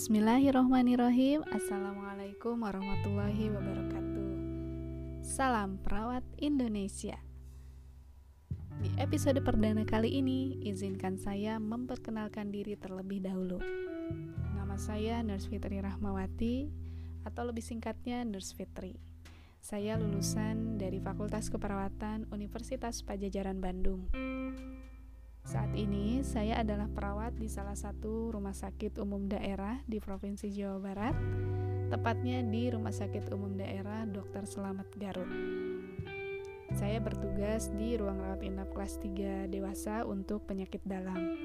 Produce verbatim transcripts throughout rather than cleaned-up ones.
Bismillahirrohmanirrohim. Assalamualaikum warahmatullahi wabarakatuh. Salam perawat Indonesia. Di episode perdana kali ini, izinkan saya memperkenalkan diri terlebih dahulu. Nama saya Nurse Fitri Rahmawati, atau lebih singkatnya Nurse Fitri. Saya lulusan dari Fakultas Keperawatan Universitas Padjadjaran Bandung. Saat ini saya adalah perawat di salah satu rumah sakit umum daerah di Provinsi Jawa Barat, tepatnya di Rumah Sakit Umum Daerah Dokter Selamat Garut. Saya bertugas di ruang rawat inap kelas tiga dewasa untuk penyakit dalam.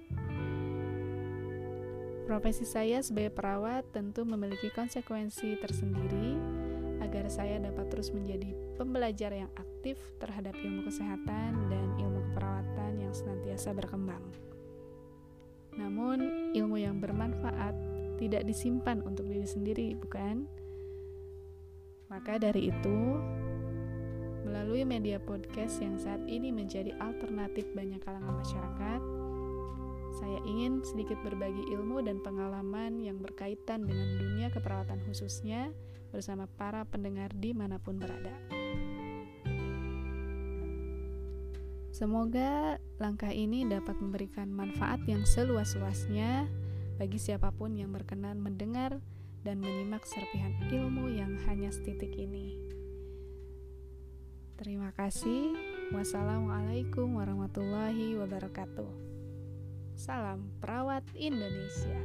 Profesi saya sebagai perawat tentu memiliki konsekuensi tersendiri agar saya dapat terus menjadi pembelajar yang aktif terhadap ilmu kesehatan dan ilmu keperawatan yang senantiasa berkembang. Namun, ilmu yang bermanfaat tidak disimpan untuk diri sendiri, bukan? Maka dari itu, melalui media podcast yang saat ini menjadi alternatif banyak kalangan masyarakat, saya ingin sedikit berbagi ilmu dan pengalaman yang berkaitan dengan dunia keperawatan khususnya bersama para pendengar dimanapun berada. Semoga langkah ini dapat memberikan manfaat yang seluas-luasnya bagi siapapun yang berkenan mendengar dan menyimak serpihan ilmu yang hanya setitik ini. Terima kasih. Wassalamualaikum warahmatullahi wabarakatuh. Salam perawat Indonesia.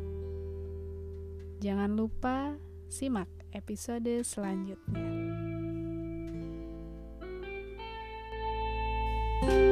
Jangan lupa simak episode selanjutnya.